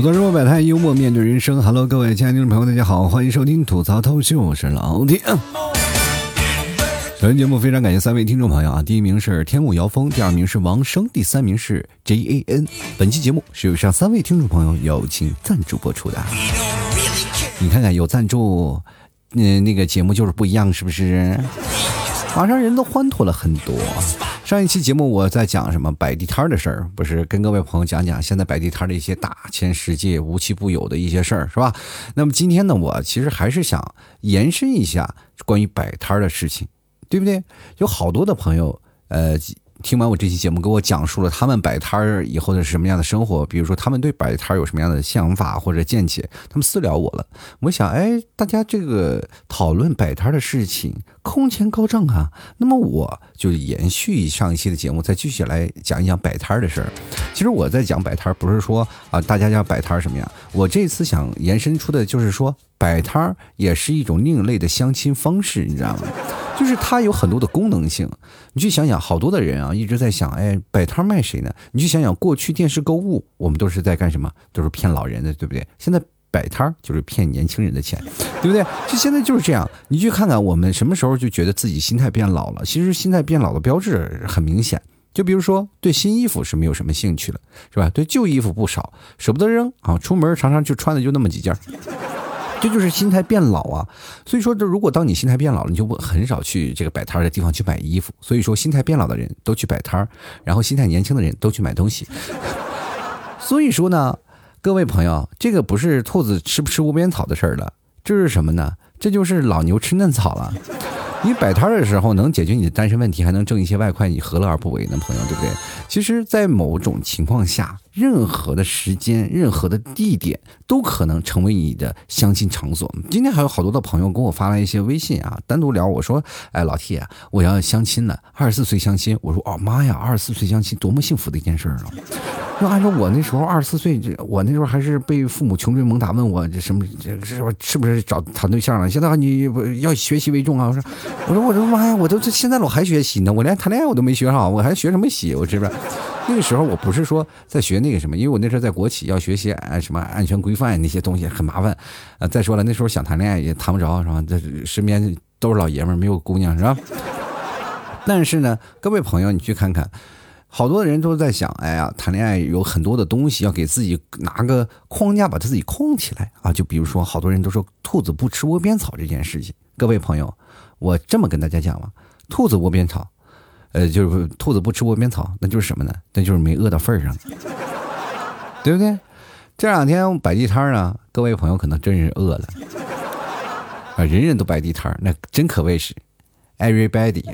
吐槽生活百态，幽默面对人生。Hello， 各位亲爱的听众朋友，大家好，欢迎收听吐槽透秀，我是老铁。本期节目非常感谢三位听众朋友啊，第一名是天雾摇风，第二名是王生，第三名是 JAN。本期节目是由上三位听众朋友友情赞助播出的。你看看有赞助，那个节目就是不一样，是不是？马上人都欢脱了很多。上一期节目我在讲什么摆地摊的事儿，不是跟各位朋友讲讲现在摆地摊的一些大千世界无奇不有的一些事儿，是吧？那么今天呢，我其实还是想延伸一下关于摆摊的事情，对不对？有好多的朋友听完我这期节目给我讲述了他们摆摊以后的是什么样的生活，比如说他们对摆摊有什么样的想法或者见解，他们私聊我了。我想大家这个讨论摆摊的事情空前高涨啊，那么我就延续上一期的节目再继续来讲一讲摆摊的事儿。其实我在讲摆摊不是说大家要摆摊什么样，我这次想延伸出的就是说摆摊也是一种另类的相亲方式，你知道吗？就是它有很多的功能性。你去想想，好多的人啊一直在想，摆摊卖谁呢？你去想想，过去电视购物我们都是在干什么？都是骗老人的，对不对？现在摆摊就是骗年轻人的钱，对不对？就现在就是这样。你去看看我们什么时候就觉得自己心态变老了？其实心态变老的标志很明显。就比如说对新衣服是没有什么兴趣了，是吧？对旧衣服不少，舍不得扔啊，出门常常就穿的就那么几件。这就是心态变老啊。所以说如果当你心态变老了，你就很少去这个摆摊的地方去买衣服。所以说心态变老的人都去摆摊，然后心态年轻的人都去买东西。所以说呢，各位朋友，这个不是兔子吃不吃窝边草的事儿了，这是什么呢？这就是老牛吃嫩草了。你摆摊的时候能解决你的单身问题，还能挣一些外快，你何乐而不为呢，朋友，对不对？其实在某种情况下，任何的时间任何的地点都可能成为你的相亲场所。今天还有好多的朋友给我发来一些微信啊，单独聊，我说老铁啊，我要相亲了，24岁相亲。我说妈呀，24岁相亲多么幸福的一件事啊。就按照我那时候24岁，我那时候还是被父母穷追猛打，问我这什么是不是找谈对象了，现在你要学习为重啊。我说妈呀，我都现在我还学习呢，我连谈恋爱我都没学好，我还学什么习？我知不知道？那个时候我不是说在学那个什么，因为我那时候在国企要学习什么安全规范那些东西很麻烦。再说了，那时候想谈恋爱也谈不着，是吧？这身边都是老爷们，没有姑娘，是吧？但是呢，各位朋友，你去看看。好多人都在想，谈恋爱有很多的东西要给自己拿个框架把自己框起来啊，就比如说好多人都说兔子不吃窝边草这件事情。各位朋友，我这么跟大家讲了，兔子窝边草，就是兔子不吃窝边草，那就是什么呢？那就是没饿到份上，对不对？这两天摆地摊呢，各位朋友可能真是饿了啊，人人都摆地摊，那真可谓是 everybody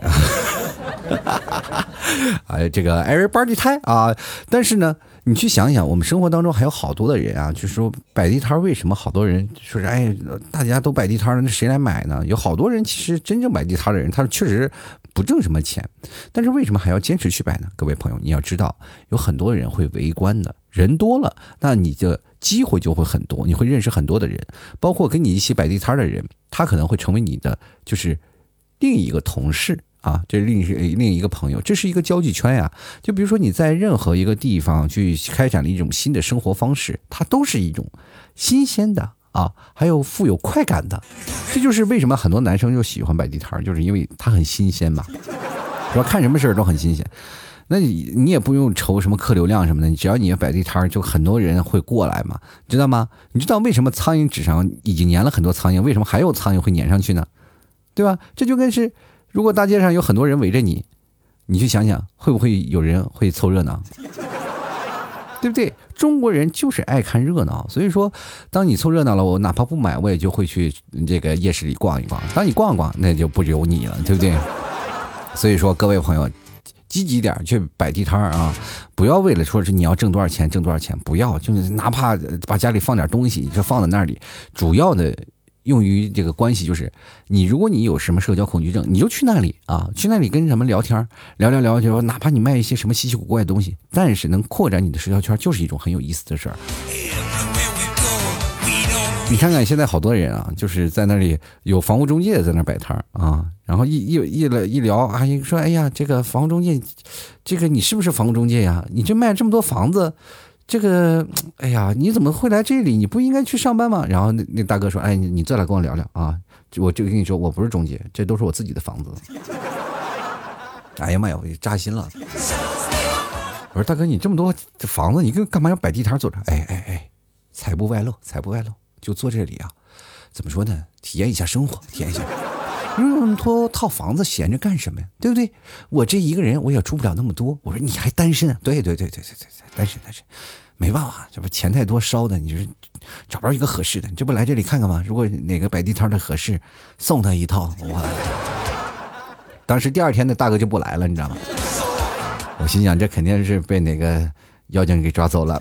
这个 everybody time 啊，但是呢，你去想想，我们生活当中还有好多的人啊，就是说摆地摊为什么好多人说是大家都摆地摊了，那谁来买呢？有好多人其实真正摆地摊的人，他确实不挣什么钱，但是为什么还要坚持去摆呢？各位朋友，你要知道，有很多人会围观的，人多了，那你的机会就会很多，你会认识很多的人，包括跟你一起摆地摊的人，他可能会成为你的就是另一个同事。这是另一个朋友，这是一个交际圈呀。就比如说你在任何一个地方去开展了一种新的生活方式，它都是一种新鲜的还有富有快感的。这就是为什么很多男生就喜欢摆地摊，就是因为它很新鲜嘛，是吧？看什么事都很新鲜。那你也不用愁什么客流量什么的，你只要你摆地摊，就很多人会过来嘛，知道吗？你知道为什么苍蝇纸上已经粘了很多苍蝇，为什么还有苍蝇会粘上去呢？对吧？这就跟是。如果大街上有很多人围着你，你去想想，会不会有人会凑热闹？对不对？中国人就是爱看热闹，所以说，当你凑热闹了，我哪怕不买，我也就会去这个夜市里逛一逛。当你逛逛，那就不由你了，对不对？所以说，各位朋友，积极点去摆地摊啊！不要为了说是你要挣多少钱，不要，就是哪怕把家里放点东西，就放在那里，主要的。用于这个关系就是如果你有什么社交恐惧症，你就去那里去那里跟什么聊天，聊，就哪怕你卖一些什么稀奇古怪的东西，但是能扩展你的社交圈，就是一种很有意思的事儿。你看看现在好多人就是在那里有房屋中介在那摆摊然后一聊说，哎呀，这个房屋中介，这个你是不是房屋中介呀？你这卖这么多房子， 这个，哎呀，你怎么会来这里？你不应该去上班吗？然后那大哥说，哎，你再来跟我聊聊啊！我就跟你说，我不是中介，这都是我自己的房子。哎呀妈呀，我扎心了。我说大哥，你这么多房子，你干嘛要摆地摊坐着？哎，财不外露，财不外露，就坐这里啊。怎么说呢？体验一下生活，体验一下。你说那么多套房子闲着干什么呀？对不对？我这一个人我也出不了那么多。我说你还单身啊？对，单身，没办法，这不钱太多烧的，你就是找不着一个合适的，你这不来这里看看吗？如果哪个摆地摊的合适，送他一套。哇！当时第二天的大哥就不来了，你知道吗？我心想这肯定是被哪个妖精给抓走了。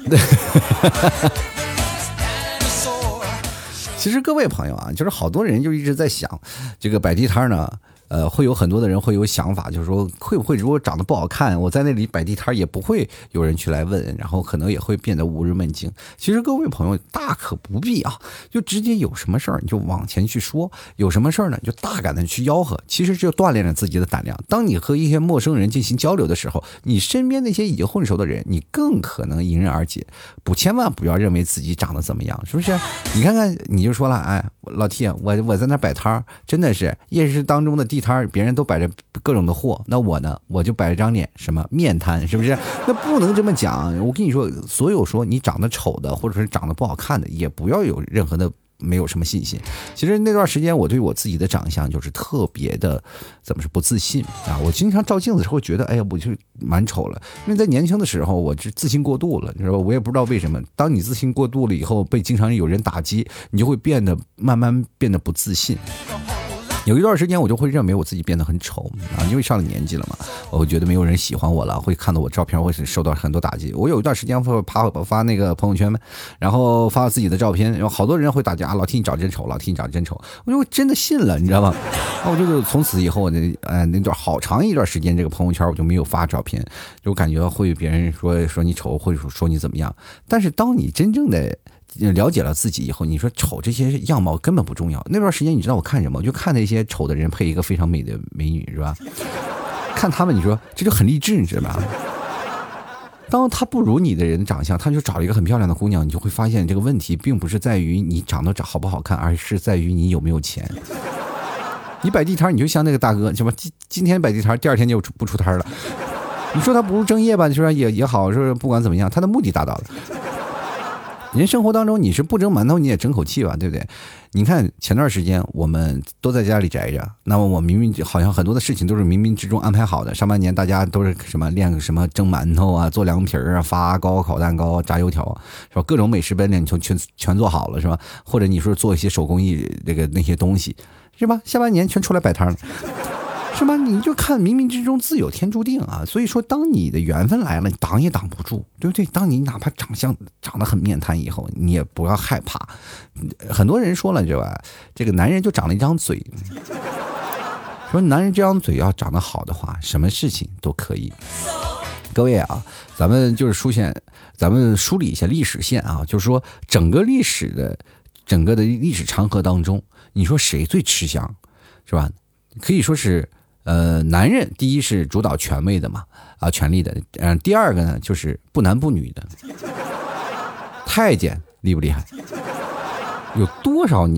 其实各位朋友啊，就是好多人就一直在想，这个摆地摊呢，会有很多的人会有想法，就是说会不会如果长得不好看，我在那里摆地摊也不会有人去来问，然后可能也会变得无人问津。其实各位朋友大可不必啊，就直接有什么事儿你就往前去说，有什么事儿呢就大胆的去吆喝，其实就锻炼了自己的胆量。当你和一些陌生人进行交流的时候，你身边那些已经混熟的人，你更可能迎刃而解。千万不要认为自己长得怎么样，是不是？你看看你就说了，哎，老 T， 我在那摆摊真的是夜市当中的地摊，别人都摆着各种的货，那我呢，我就摆着张脸，什么面摊，是不是？那不能这么讲。我跟你说，所有说你长得丑的，或者是长得不好看的，也不要有任何的没有什么信心。其实那段时间我对我自己的长相就是特别的怎么说不自信啊，我经常照镜子的时候觉得哎呀我就蛮丑了，因为在年轻的时候我是自信过度了，你知道吧？我也不知道为什么，当你自信过度了以后，被经常有人打击，你就会慢慢变得不自信。有一段时间我就会认为我自己变得很丑啊，因为上了年纪了嘛，我觉得没有人喜欢我了，会看到我照片会受到很多打击。我有一段时间会发那个朋友圈，然后发自己的照片，然后好多人会打击啊，老 T 你长真丑，老 T 你长真丑，我就真的信了，你知道吗？我就从此以后那段好长一段时间，这个朋友圈我就没有发照片，就感觉会别人说你丑，或者说你怎么样。但是当你真正的了解了自己以后，你说丑这些样貌根本不重要。那段时间你知道我看什么？我就看那些丑的人配一个非常美的美女，是吧？看他们，你说这就很励志，你知道吧？当他不如你的人长相，他就找了一个很漂亮的姑娘，你就会发现这个问题并不是在于你长得好不好看，而是在于你有没有钱。你摆地摊，你就像那个大哥，什么今天摆地摊，第二天就不出摊了。你说他不务正业吧？你说也好，说不管怎么样，他的目的达到了。人生活当中你是不蒸馒头你也争口气吧，对不对？你看前段时间我们都在家里宅着，那么我明明好像很多的事情都是冥冥之中安排好的。上半年大家都是什么练个什么蒸馒头啊，做凉皮啊，发糕烤蛋糕，炸油条，是吧？各种美食本领全做好了，是吧？或者你说做一些手工艺那些东西，是吧？下半年全出来摆摊了。是吧？你就看冥冥之中自有天注定啊！所以说，当你的缘分来了，你挡也挡不住，对不对？当你哪怕长得很面瘫以后，你也不要害怕。很多人说了，对吧？这个男人就长了一张嘴，说男人这张嘴要长得好的话，什么事情都可以。各位啊，咱们梳理一下历史线啊，就是说整个的历史长河当中，你说谁最吃香，是吧？可以说是。男人第一是主导权威的嘛，权力的，第二个呢就是不男不女的。太监厉不厉害？有多少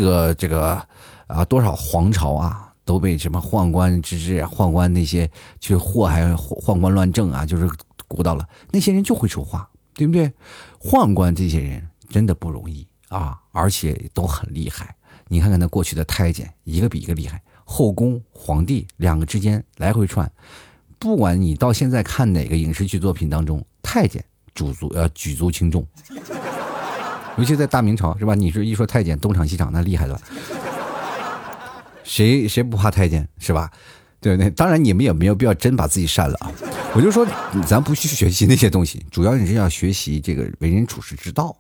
多少皇朝啊都被什么宦官之治、宦官那些去祸害、宦官乱政啊，就是鼓捣了。那些人就会说话，对不对？宦官这些人真的不容易啊，而且都很厉害。你看看那过去的太监，一个比一个厉害。后宫皇帝两个之间来回串，不管你到现在看哪个影视剧作品当中，太监举足轻重，尤其在大明朝，是吧？你是一说太监东厂西厂，那厉害了，谁不怕太监，是吧？对不对？当然你们也没有必要真把自己删了啊。我就说咱不去学习那些东西，主要你是要学习这个为人处世之道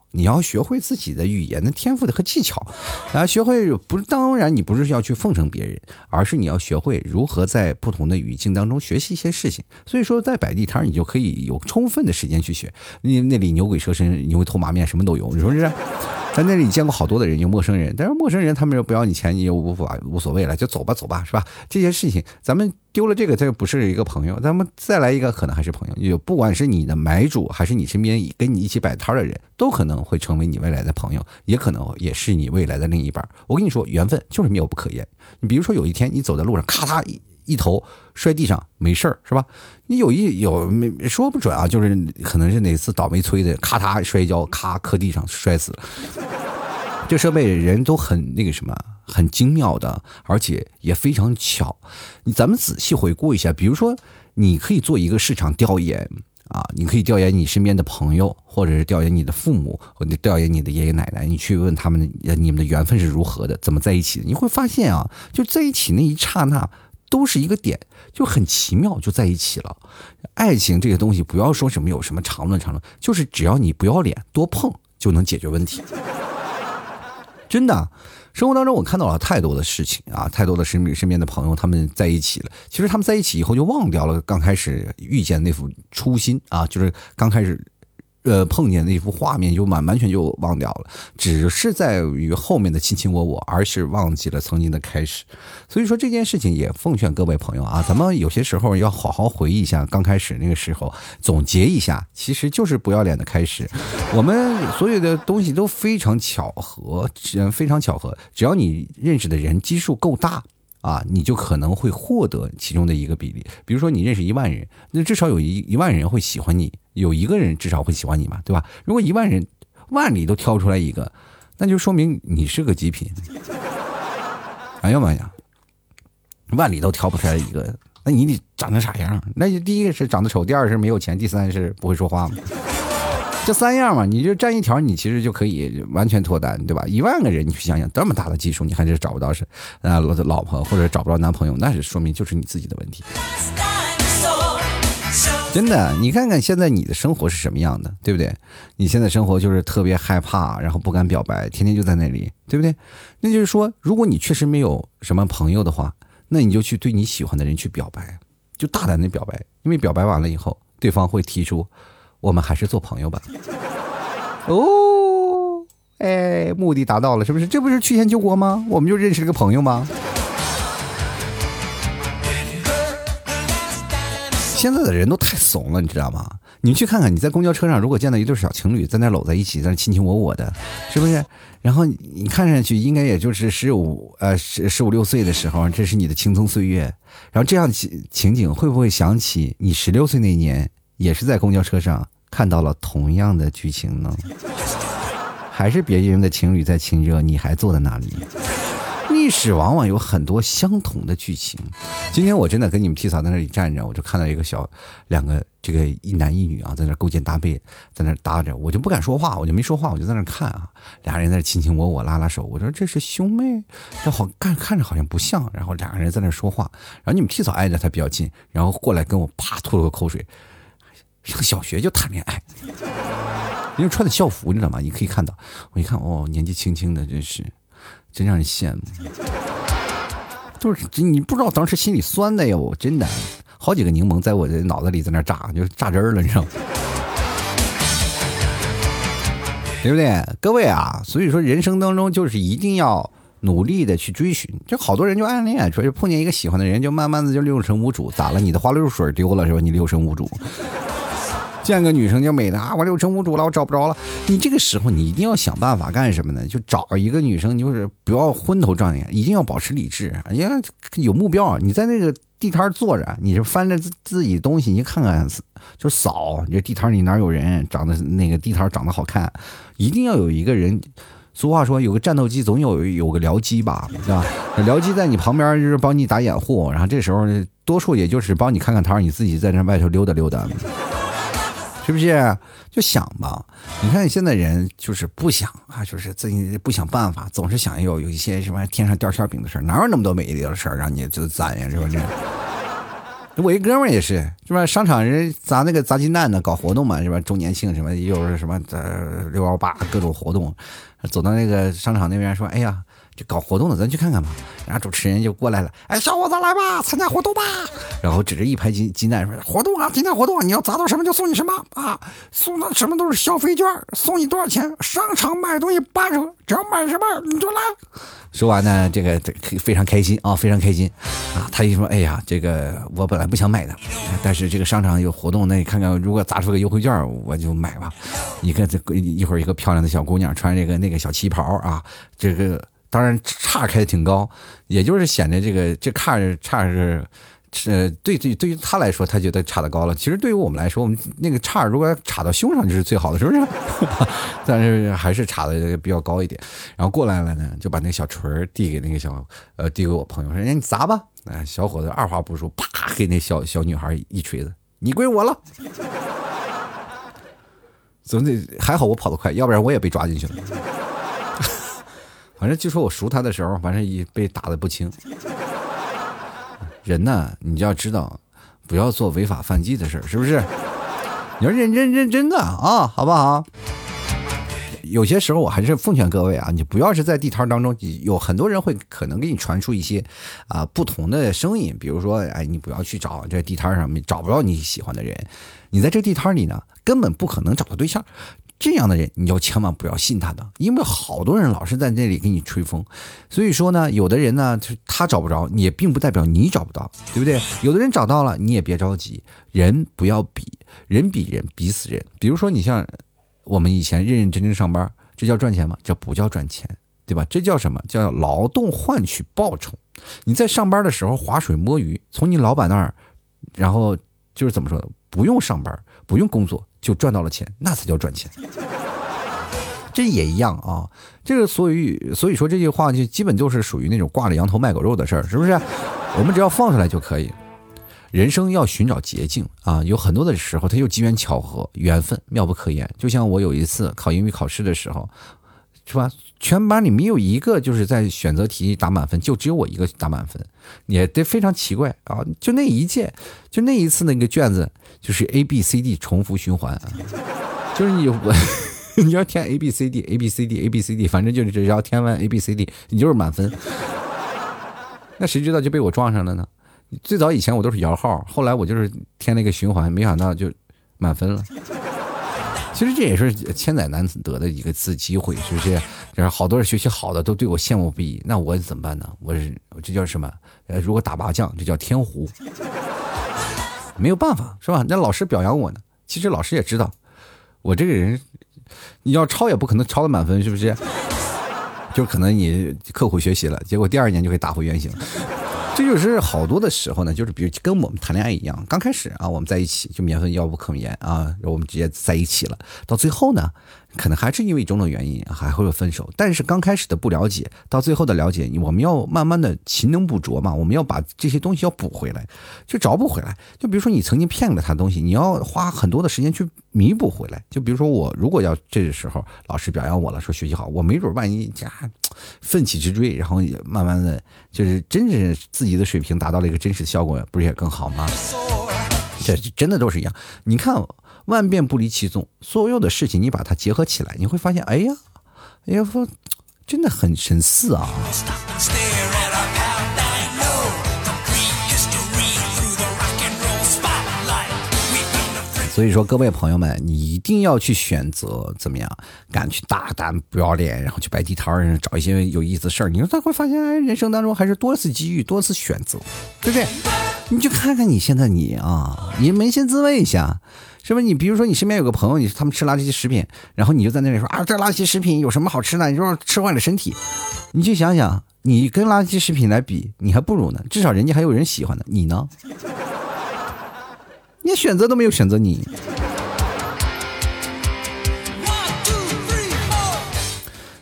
你要学会自己的语言的天赋和技巧，学会当然你不是要去奉承别人，而是你要学会如何在不同的语境当中学习一些事情。所以说在摆地摊你就可以有充分的时间去学，你那里牛鬼蛇神、牛头马面什么都有，你说是不是？在那里见过好多的人，有陌生人，但是陌生人他们又不要你钱，你又无所谓了，就走吧，是吧？这些事情咱们丢了这个，这不是一个朋友，咱们再来一个可能还是朋友。有不管是你的买主，还是你身边跟你一起摆摊的人，都可能会成为你未来的朋友，也可能也是你未来的另一半。我跟你说，缘分就是妙不可言。你比如说有一天你走在路上，咔嚓一头摔地上，没事是吧？你说不准啊，就是可能是哪次倒霉催的，咔嚓摔跤，咔磕地上摔死了。这设备人都很那个什么，很精妙的，而且也非常巧。咱们仔细回顾一下，比如说你可以做一个市场调研啊，你可以调研你身边的朋友，或者是调研你的父母，或者调研你的爷爷奶奶，你去问他们你们的缘分是如何的，怎么在一起的。你会发现啊，就在一起那一刹那都是一个点，就很奇妙，就在一起了。爱情这个东西不要说什么有什么长论，就是只要你不要脸多碰就能解决问题。真的，生活当中我看到了太多的事情啊，太多的身边的朋友他们在一起了，其实他们在一起以后就忘掉了刚开始遇见那副初心啊，就是刚开始碰见那幅画面就完全就忘掉了，只是在于后面的卿卿我我，而是忘记了曾经的开始。所以说这件事情也奉劝各位朋友啊，咱们有些时候要好好回忆一下刚开始那个时候，总结一下，其实就是不要脸的开始。我们所有的东西都非常巧合，只要你认识的人基数够大啊，你就可能会获得其中的一个比例。比如说你认识1万人，那至少有1万人会喜欢你，有一个人至少会喜欢你嘛，对吧？如果1万人万里都挑出来一个，那就说明你是个极品。哎呀妈呀，万里都挑不出来一个，那你得长成啥样？那就第一个是长得丑，第二是没有钱，第三是不会说话嘛。这3样嘛，你就占一条，你其实就可以完全脱单，对吧？1万个人，你去想想，这么大的基数，你还是找不到老婆，或者找不到男朋友，那是说明就是你自己的问题。真的，你看看现在你的生活是什么样的，对不对？你现在生活就是特别害怕，然后不敢表白，天天就在那里，对不对？那就是说，如果你确实没有什么朋友的话，那你就去对你喜欢的人去表白，就大胆的表白，因为表白完了以后，对方会提出我们还是做朋友吧。哦，哎，目的达到了，是不是？这不是曲线救国吗？我们就认识了个朋友吗？现在的人都太怂了，你知道吗？你去看看，你在公交车上如果见到一对小情侣在那搂在一起，在那卿卿我我的，是不是？然后你看上去应该也就是15、16岁的时候，这是你的青葱岁月。然后这样情景会不会想起你16岁那年也是在公交车上看到了同样的剧情呢？还是别人的情侣在亲热，你还坐在那里？历史往往有很多相同的剧情。今天我真的跟你们 T 嫂在那里站着，我就看到一个两个这个一男一女啊，在那勾肩搭背，在那搭着，我就不敢说话，我就没说话，我就在那看啊，俩人在那卿卿我我，拉拉手，我说这是兄妹，这好看着好像不像，然后两个人在那说话，然后你们 T 嫂挨着他比较近，然后过来跟我啪吐了个口水，上小学就谈恋爱，因为穿的校服你知道吗？你可以看到，我一看哦，年纪轻轻的，真让人羡慕。就是你不知道当时心里酸的哟，真的好几个柠檬在我的脑子里在那炸，就榨汁了，你知道吗？对不对，各位啊？所以说人生当中就是一定要努力的去追寻。就好多人就暗恋，说是碰见一个喜欢的人，就慢慢的就六神无主。咋了？你的花露水丢了是吧？你六神无主。见个女生就美的啊，我六神无主了，我找不着了。你这个时候你一定要想办法干什么呢？就找一个女生，就是不要昏头胀眼，一定要保持理智，有目标。你在那个地摊坐着，你就翻着自己东西，你看看，就扫。你这地摊里哪有人长得那个地摊长得好看？一定要有一个人。俗话说，有个战斗机总有个僚机吧，对吧？僚机在你旁边就是帮你打掩护，然后这时候多数也就是帮你看看摊，你自己在那外头溜达溜达。是不是？就想吧，你看现在人就是不想啊，就是自己不想办法，总是想有一些什么天上掉馅饼的事儿，哪有那么多美丽的事儿让你就攒呀，是不是？ 我一哥们儿也是吧？商场人砸那个砸金蛋的搞活动嘛，是吧？周年庆什么又是什么618各种活动，走到那个商场那边说：“哎呀，这搞活动的，咱去看看吧。”然后主持人就过来了：“哎，小伙子来吧，参加活动吧。”然后指着一排金蛋说：“活动啊，今天活动，你要砸到什么就送你什么啊，送的什么都是消费券，送你多少钱？商场买东西8折，只要买什么你就来。”说完呢，这个非常开心啊，非常开心啊！他一说：“哎呀，这个我本来不想买的，但是这个商场有活动，那你看看，如果砸出个优惠券，我就买吧。”你看这一会儿一个漂亮的小姑娘穿这个那个小旗袍啊，这个当然叉开的挺高，也就是显得这叉是。对于他来说，他觉得插的高了。其实对于我们来说，我们那个叉如果插到胸上就是最好的，是不是？但是还是插的比较高一点。然后过来了呢，就把那个小锤递给那个递给我朋友，说：“你砸吧。”小伙子二话不说，啪给那小女孩一锤子，你归我了。总之还好我跑得快，要不然我也被抓进去了。反正就说我赎他的时候，反正也被打得不轻。人呢，你就要知道，不要做违法犯纪的事儿，是不是？你要认真的啊，好不好？有些时候我还是奉劝各位啊，你不要是在地摊当中，有很多人会可能给你传出一些不同的声音，比如说，哎，你不要去找这地摊上面找不到你喜欢的人，你在这地摊里呢，根本不可能找到对象。这样的人你就千万不要信他的，因为好多人老是在那里给你吹风。所以说呢，有的人呢他找不着，你也并不代表你找不到，对不对？有的人找到了，你也别着急，人不要比，人比人比死人。比如说你像我们以前认真上班，这叫赚钱吗？这不叫赚钱，对吧？这叫什么？叫劳动换取报酬。你在上班的时候划水摸鱼，从你老板那儿，然后就是怎么说呢？不用上班，不用工作就赚到了钱，那才叫赚钱。这也一样啊，这个所以说这句话就基本就是属于那种挂着羊头卖狗肉的事儿，是不是？我们只要放出来就可以。人生要寻找捷径啊，有很多的时候它有机缘巧合、缘分，妙不可言。就像我有一次考英语考试的时候，是吧？全班里没有一个就是在选择题打满分，就只有我一个打满分，也得非常奇怪啊！就那一届，就那一次那个卷子，就是 ABCD 重复循环啊，就是你要填 ABCD，反正就是只要填完 ABCD， 你就是满分。那谁知道就被我撞上了呢？最早以前我都是摇号，后来我就是填那个循环，没想到就满分了。其实这也是千载难得的一个次机会，是不是？然后好多人学习好的都对我羡慕不已，那我怎么办呢？我这叫什么？如果打麻将，这叫天胡，没有办法，是吧？那老师表扬我呢，其实老师也知道我这个人，你要抄也不可能抄的满分，是不是？就可能你刻苦学习了，结果第2年就可以打回原形。这就是好多的时候呢，就是比如跟我们谈恋爱一样，刚开始啊，我们在一起就免分要不可免啊，我们直接在一起了，到最后呢，可能还是因为种种原因还会有分手。但是刚开始的不了解，到最后的了解，我们要慢慢的勤能补拙嘛，我们要把这些东西要补回来，就找补回来。就比如说你曾经骗了他的东西，你要花很多的时间去弥补回来。就比如说我如果要这个时候老师表扬我了，说学习好，我没准万一奋起直追，然后也慢慢的就是真是自己的水平达到了一个真实的效果，不是也更好吗？这真的都是一样。你看万变不离其宗，所有的事情你把它结合起来，你会发现，哎呀，真的很神似啊。所以说各位朋友们，你一定要去选择怎么样，敢去大胆不要脸，然后去摆地摊上找一些有意思的事儿，你才会发现人生当中还是多次机遇，多次选择，对不对？你就看看你现在你扪心自问一下，是不是？你比如说你身边有个朋友，他们吃垃圾食品，然后你就在那里说啊，这垃圾食品有什么好吃的？你说吃坏了身体，你就想想，你跟垃圾食品来比，你还不如呢，至少人家还有人喜欢的，你呢？你选择都没有选择你。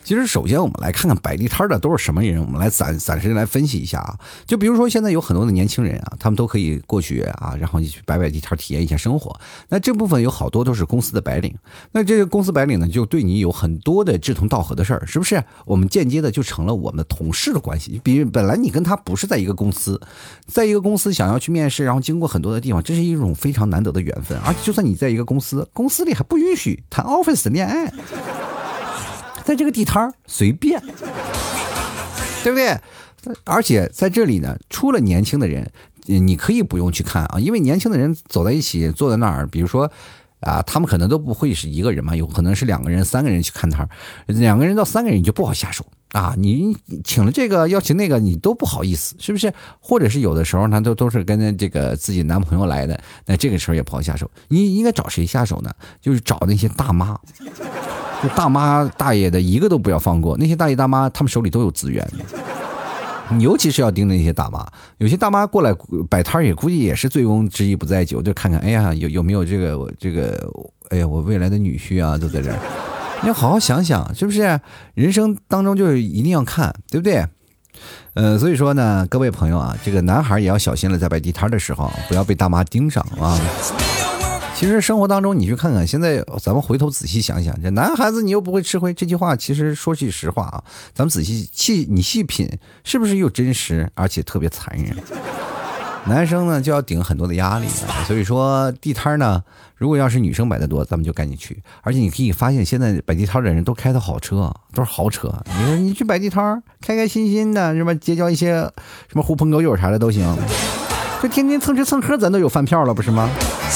其实首先我们来看看摆地摊的都是什么人，我们来暂时来分析一下啊。就比如说现在有很多的年轻人啊，他们都可以过去啊，然后你去摆地摊体验一下生活。那这部分有好多都是公司的白领，那这个公司白领呢，就对你有很多的志同道合的事儿，是不是？我们间接的就成了我们的同事的关系。比如本来你跟他不是在一个公司，在一个公司想要去面试，然后经过很多的地方，这是一种非常难得的缘分。而且就算你在一个公司里还不允许谈 office 恋爱，在这个地摊随便，对不对？而且在这里呢，除了年轻的人，你可以不用去看啊，因为年轻的人走在一起坐在那儿，比如说啊，他们可能都不会是一个人嘛，有可能是2个人、3个人去看摊，2个人到3个人你就不好下手啊，你请了这个要请那个你都不好意思，是不是？或者是有的时候呢都是跟这个自己男朋友来的，那这个时候也不好下手。你应该找谁下手呢？就是找那些大妈。就大妈大爷的一个都不要放过，那些大爷大妈他们手里都有资源，尤其是要盯着那些大妈。有些大妈过来摆摊也估计也是醉翁之意不在酒，就看看哎呀有没有这个哎呀我未来的女婿啊都在这儿。你要好好想想，是不是人生当中就是一定要看，对不对？所以说呢，各位朋友啊，这个男孩也要小心了，在摆地摊的时候不要被大妈盯上啊。其实生活当中你去看看，现在咱们回头仔细想想，这男孩子你又不会吃亏，这句话其实说句实话啊，咱们仔细你细品，是不是又真实而且特别残忍？男生呢就要顶很多的压力啊，所以说地摊呢，如果要是女生摆的多，咱们就赶紧去。而且你可以发现，现在摆地摊的人都开的好车，都是豪车。你说你去摆地摊，开开心心的，什么结交一些什么狐朋狗友啥的都行，这天天蹭吃蹭喝，咱都有饭票了，不是吗？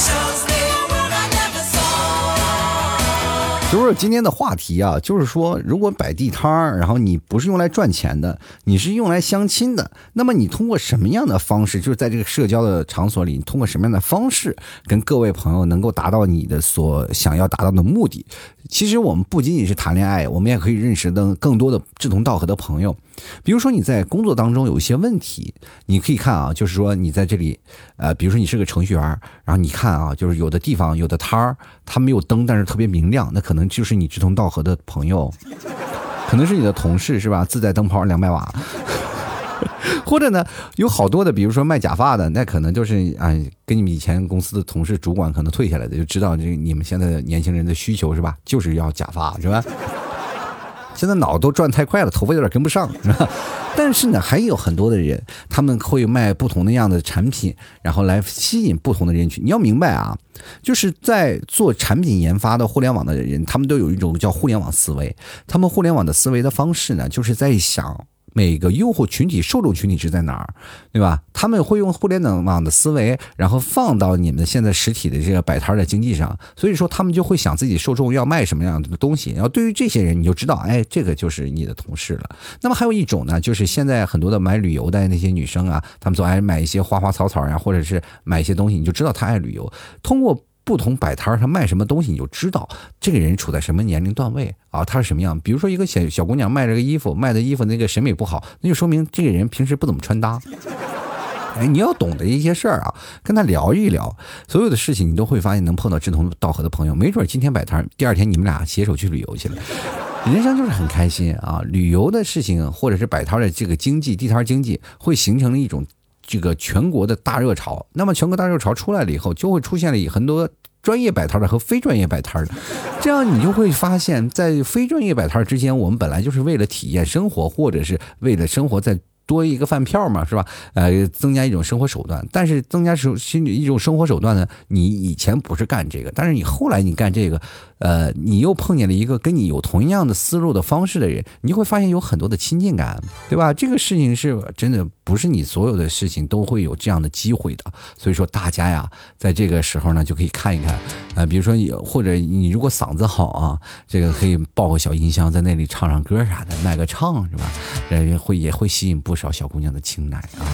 就是今天的话题啊，就是说，如果摆地摊，然后你不是用来赚钱的，你是用来相亲的，那么你通过什么样的方式，就是在这个社交的场所里，你通过什么样的方式跟各位朋友能够达到你的所想要达到的目的？其实我们不仅仅是谈恋爱，我们也可以认识到更多的志同道合的朋友。比如说你在工作当中有一些问题，你可以看啊，就是说你在这里，比如说你是个程序员，然后你看啊，就是有的地方有的摊儿，它没有灯，但是特别明亮，那可能就是你志同道合的朋友，可能是你的同事是吧？自带灯泡200瓦。或者呢，有好多的，比如说卖假发的，那可能就是跟你们以前公司的同事、主管可能退下来的，就知道这个你们现在的年轻人的需求是吧？就是要假发是吧？现在脑都转太快了，头发有点跟不上，是吧？但是呢，还有很多的人，他们会卖不同的样的产品，然后来吸引不同的人群。你要明白啊，就是在做产品研发的互联网的人，他们都有一种叫互联网思维。他们互联网的思维的方式呢，就是在想每个用户群体、受众群体是在哪儿，对吧？他们会用互联网的思维，然后放到你们现在实体的这个摆摊的经济上，所以说他们就会想自己受众要卖什么样的东西。然后对于这些人，你就知道，哎，这个就是你的同事了。那么还有一种呢，就是现在很多的买旅游的那些女生啊，她们总爱买一些花花草草呀，或者是买一些东西，你就知道她爱旅游。通过不同摆摊他卖什么东西，你就知道这个人处在什么年龄段位啊，他是什么样。比如说一个小姑娘卖这个衣服，卖的衣服那个审美不好，那就说明这个人平时不怎么穿搭。哎，你要懂得一些事儿啊，跟他聊一聊，所有的事情你都会发现能碰到志同道合的朋友。没准今天摆摊，第2天你们俩携手去旅游去了，人生就是很开心啊。旅游的事情或者是摆摊的这个经济，地摊经济会形成了一种这个全国的大热潮。那么全国大热潮出来了以后，就会出现了很多专业摆摊的和非专业摆摊的，这样你就会发现，在非专业摆摊之间，我们本来就是为了体验生活，或者是为了生活在多一个饭票嘛，是吧？增加一种生活手段。但是增加一种生活手段呢，你以前不是干这个，但是你后来你干这个，你又碰见了一个跟你有同样的思路的方式的人，你就会发现有很多的亲近感，对吧？这个事情是真的不是你所有的事情都会有这样的机会的。所以说大家呀，在这个时候呢，就可以看一看，比如说或者你如果嗓子好啊，这个可以抱个小音箱在那里唱唱歌啥的，卖个唱是吧？也会吸引不少小姑娘的青睐啊。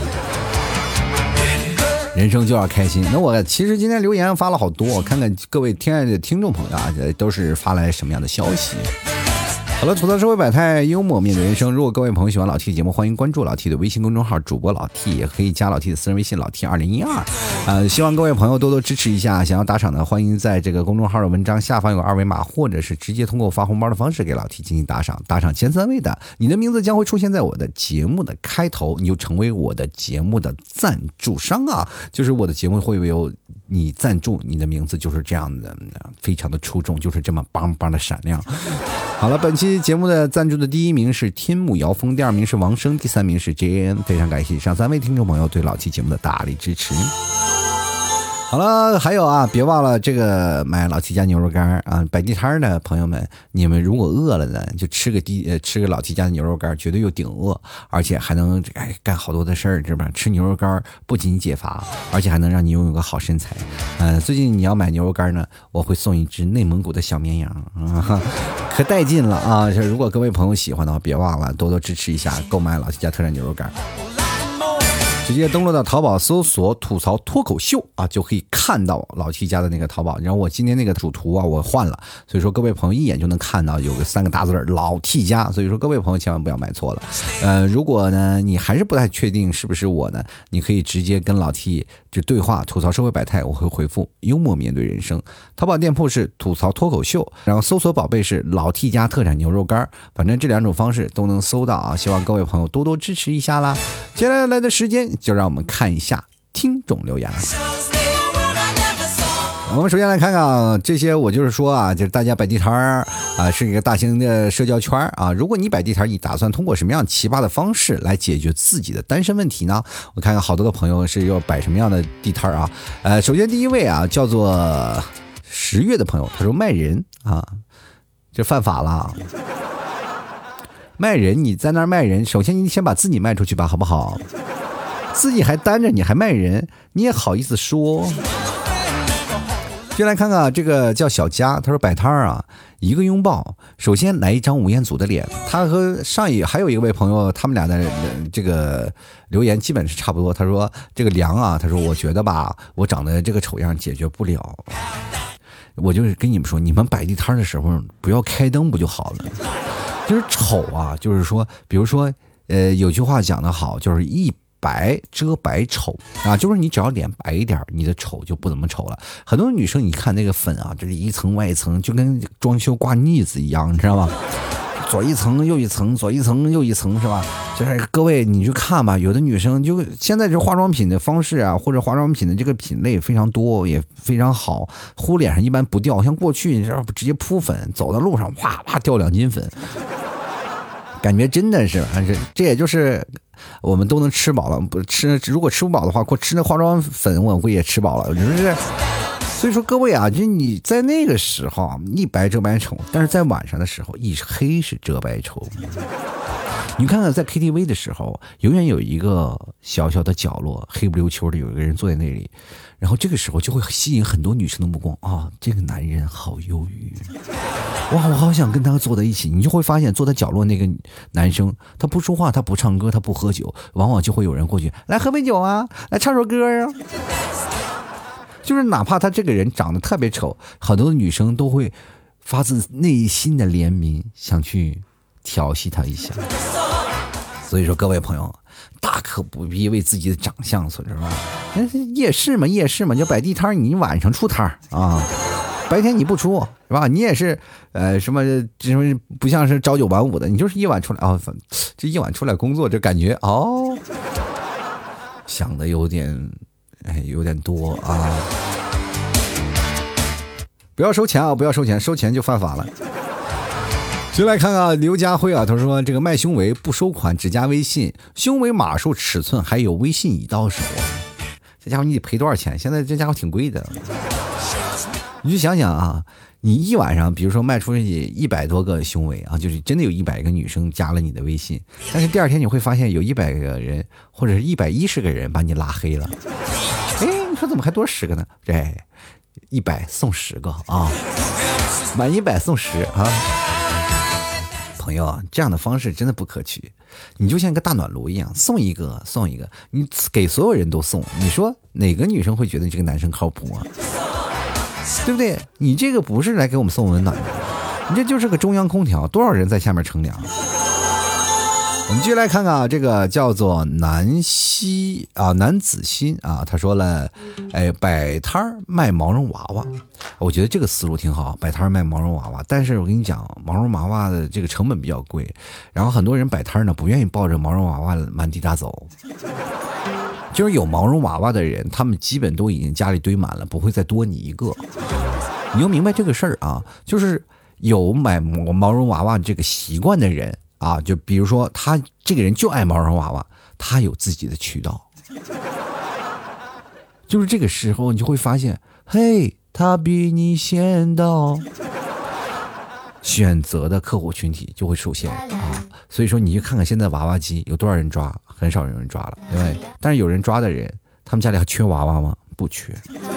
人生就要开心。那我其实今天留言发了好多，我看看各位亲爱的听众朋友啊，都是发来什么样的消息。 好了，吐槽社会百态，幽默面对人生。如果各位朋友喜欢老 T 的节目，欢迎关注老 T 的微信公众号，主播老 T， 也可以加老 T 的私人微信老 T2012。希望各位朋友多多支持一下。想要打赏的，欢迎在这个公众号的文章下方有二维码，或者是直接通过发红包的方式给老 T 进行打赏。打赏前3位的，你的名字将会出现在我的节目的开头，你就成为我的节目的赞助商啊！就是我的节目会有你赞助，你的名字就是这样的，非常的出众，就是这么邦邦的闪亮。好了，本期节目的赞助的第1名是天幕摇风，第2名是王生，第3名是 JN。 非常感谢以上3位听众朋友对老 T 节目的大力支持。好了，还有啊，别忘了这个买老 T 家牛肉干啊！摆地摊的朋友们，你们如果饿了呢，就吃个老 T 家的牛肉干，绝对又顶饿，而且还能干好多的事儿，是吧？吃牛肉干不仅解乏，而且还能让你拥有个好身材。最近你要买牛肉干呢，我会送一只内蒙古的小绵羊啊，可带劲了啊！如果各位朋友喜欢的话，别忘了多多支持一下，购买老 T 家特产牛肉干。直接登录到淘宝搜索吐槽脱口秀啊，就可以看到老 T 家的那个淘宝。然后我今天那个主图啊，我换了，所以说各位朋友一眼就能看到有个3个大字老 T 家，所以说各位朋友千万不要买错了。如果呢你还是不太确定是不是我呢，你可以直接跟老 T 就对话，吐槽社会百态，我会回复幽默面对人生。淘宝店铺是吐槽脱口秀，然后搜索宝贝是老 T 家特产牛肉干，反正这2种方式都能搜到啊，希望各位朋友多多支持一下啦。接下来的时间就让我们看一下听众留言。我们首先来看看这些，我就是说啊，就是大家摆地摊啊，是一个大型的社交圈啊。如果你摆地摊，你打算通过什么样奇葩的方式来解决自己的单身问题呢？我看看好多的朋友是要摆什么样的地摊啊。首先第1位啊，叫做10月的朋友，他说卖人啊，这犯法了。卖人，你在那儿卖人，首先你先把自己卖出去吧，好不好？自己还单着，你还卖人，你也好意思说？就来看看这个叫小佳，他说摆摊啊，一个拥抱，首先来一张吴彦祖的脸。他和还有一位朋友，他们俩的这个留言基本是差不多。他说这个梁啊，他说我觉得吧，我长得这个丑样解决不了。我就是跟你们说，你们摆地摊的时候不要开灯不就好了？就是丑啊，就是说，比如说，有句话讲得好，就是一白遮百丑啊，就是你只要脸白一点，你的丑就不怎么丑了。很多女生你看那个粉啊，这是一层外一层，就跟装修挂腻子一样，你知道吗？左一层右一层，左一层右一层，是吧？就是各位你去看吧，有的女生就现在这化妆品的方式啊，或者化妆品的这个品类非常多，也非常好，糊脸上一般不掉，像过去你知道直接扑粉，走到路上哗哗掉2斤粉，感觉真的是，这也就是我们都能吃饱了，不吃如果吃不饱的话，吃那化妆粉我估计也吃饱了，就是。所以说各位啊，就你在那个时候一白遮百丑，但是在晚上的时候一黑是遮百丑。你看看在 KTV 的时候，永远有一个小小的角落，黑不溜秋的有一个人坐在那里，然后这个时候就会吸引很多女生的目光啊，这个男人好忧郁，哇，我好想跟他坐在一起。你就会发现坐在角落那个男生，他不说话，他不唱歌，他不喝酒，往往就会有人过去来喝杯酒啊，来唱首歌啊。就是哪怕他这个人长得特别丑，很多女生都会发自内心的怜悯，想去调戏他一下。所以说各位朋友，大可不必为自己的长相所是吧？夜市嘛，就摆地摊，你晚上出摊啊，白天你不出是吧？你也是什么不像是朝9晚5的，你就是夜晚出来啊，这夜晚出来工作，这感觉哦，想的有点多啊。不要收钱啊，不要收钱，收钱就犯法了。就来看看刘家辉啊，他说这个卖胸围不收款，只加微信，胸围码数尺寸还有微信已到手，这家伙你得赔多少钱？现在这家伙挺贵的。你就想想啊，你一晚上比如说卖出去100多个胸围啊，就是真的有100个女生加了你的微信，但是第2天你会发现有100个人或者是110个人把你拉黑了。你说怎么还多10个呢？对，100送10个啊，满100送10啊。朋友啊，这样的方式真的不可取。你就像一个大暖炉一样，送一个，你给所有人都送，你说哪个女生会觉得这个男生靠谱啊？对不对？你这个不是来给我们送温暖的， 你这就是个中央空调，多少人在下面乘凉。我们继续来看看啊，这个叫做南子欣啊，他说了，摆摊卖毛绒娃娃，我觉得这个思路挺好，摆摊卖毛绒娃娃。但是我跟你讲，毛绒娃娃的这个成本比较贵，然后很多人摆摊呢不愿意抱着毛绒娃娃满地大走。就是有毛绒娃娃的人，他们基本都已经家里堆满了，不会再多你一个。你要明白这个事儿啊，就是有买毛绒娃娃这个习惯的人。啊，就比如说他这个人就爱毛绒娃娃，他有自己的渠道，就是这个时候你就会发现，嘿，他比你先到，选择的客户群体就会出现啊。所以说你去看看现在娃娃机有多少人抓，很少有人抓了，对不对？但是有人抓的人，他们家里还缺娃娃吗？不缺，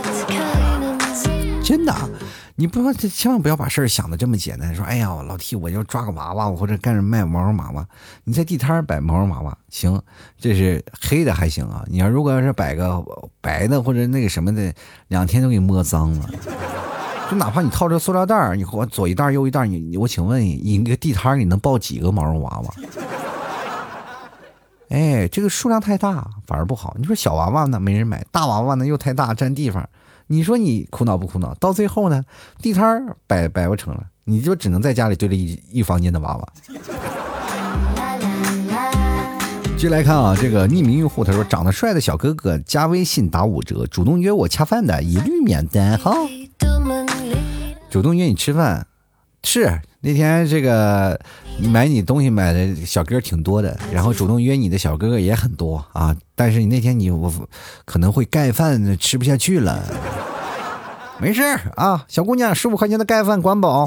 真的。你不要，千万不要把事儿想的这么简单，说哎呀老T我要抓个娃娃，或者干着卖毛绒娃娃。你在地摊摆毛绒娃娃行，这是黑的还行啊，你要如果要是摆个白的或者那个什么的，2天都给摸脏了。就哪怕你套着塑料袋，你左一袋右一袋，我请问你一个地摊你能抱几个毛绒娃娃？哎，这个数量太大反而不好。你说小娃娃呢没人买，大娃娃呢又太大占地方，你说你苦恼不苦恼？到最后呢，地摊摆不成了，你就只能在家里堆了一房间的娃娃。继续来看啊，这个匿名用户他说，长得帅的小哥哥加微信打5折，主动约我恰饭的一律免单哈。主动约你吃饭，是那天这个买你东西买的小哥挺多的，然后主动约你的小哥哥也很多啊，但是你那天我可能会盖饭吃不下去了。没事啊，小姑娘15块钱的盖饭管饱。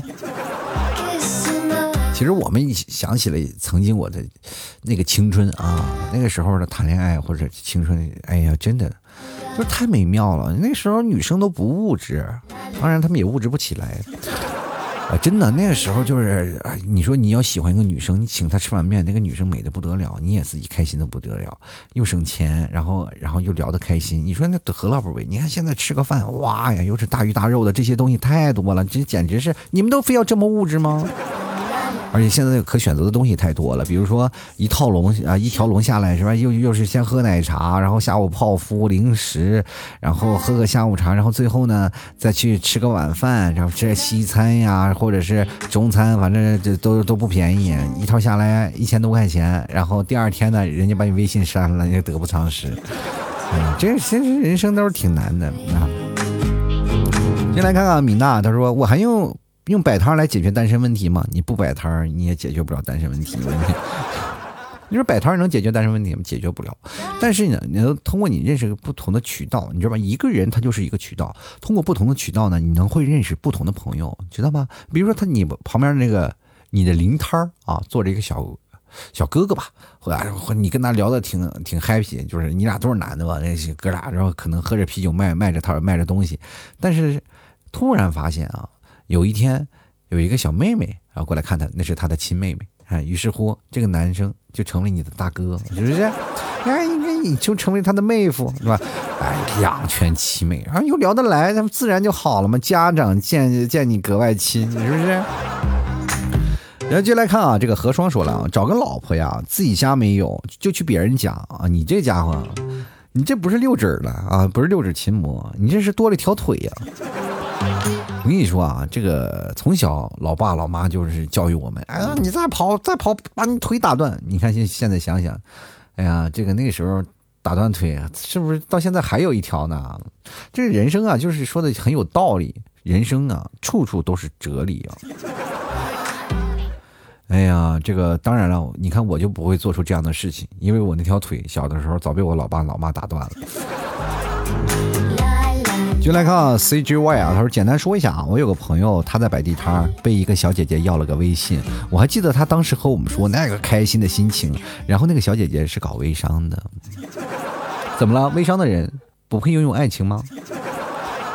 其实我们想起了曾经我的那个青春啊，那个时候的谈恋爱或者青春，哎呀真的就太美妙了。那时候女生都不物质，当然她们也物质不起来啊，真的那个时候就是你说你要喜欢一个女生，你请她吃碗面，那个女生美得不得了，你也自己开心的不得了，又省钱，然后又聊得开心，你说那何乐不为？你看现在吃个饭，哇呀，又是大鱼大肉的，这些东西太多了，这简直是你们都非要这么物质吗？而且现在可选择的东西太多了，比如说一条龙下来是吧？又是先喝奶茶，然后下午泡芙零食，然后喝个下午茶，然后最后呢再去吃个晚饭，然后吃西餐呀，或者是中餐，反正这都不便宜，一套下来1000多块钱，然后第二天呢人家把你微信删了，也得不偿失。这其实人生都是挺难的啊。先来看看米娜，她说我还用摆摊来解决单身问题吗？你不摆摊你也解决不了单身问题。你说摆摊能解决单身问题吗？解决不了。但是呢，你能通过你认识不同的渠道，你知道吧？一个人他就是一个渠道，通过不同的渠道呢，你能会认识不同的朋友，知道吗？比如说你旁边那个你的邻摊啊，坐着一个小哥哥吧，或者你跟他聊的挺 happy， 就是你俩都是男的吧，那些哥俩，然后可能喝着啤酒卖着东西，但是突然发现啊。有一天有一个小妹妹然后过来看他，那是他的亲妹妹，于是乎这个男生就成为你的大哥，是不是？你就成为他的妹夫，是吧？两全其美，然后又聊得来，他们自然就好了嘛。家长见你格外亲，是不是？然后就来看啊，这个何双说了啊，找个老婆呀，自己家没有就去别人家啊，你这家伙，你这不是6指了啊，不是6指琴魔，你这是多了一条腿呀。我跟你说啊，这个从小老爸老妈就是教育我们，哎呀，你再跑，把你腿打断。你看现在想想，哎呀，这个那个时候打断腿，是不是到现在还有一条呢？这个人生啊，就是说的很有道理，人生啊，处处都是哲理啊。哎呀，这个当然了，你看我就不会做出这样的事情，因为我那条腿小的时候早被我老爸老妈打断了。就来看啊 CGY 啊，他说简单说一下啊，我有个朋友他在摆地摊，被一个小姐姐要了个微信，我还记得他当时和我们说那个开心的心情。然后那个小姐姐是搞微商的，怎么了？微商的人不配拥有爱情吗？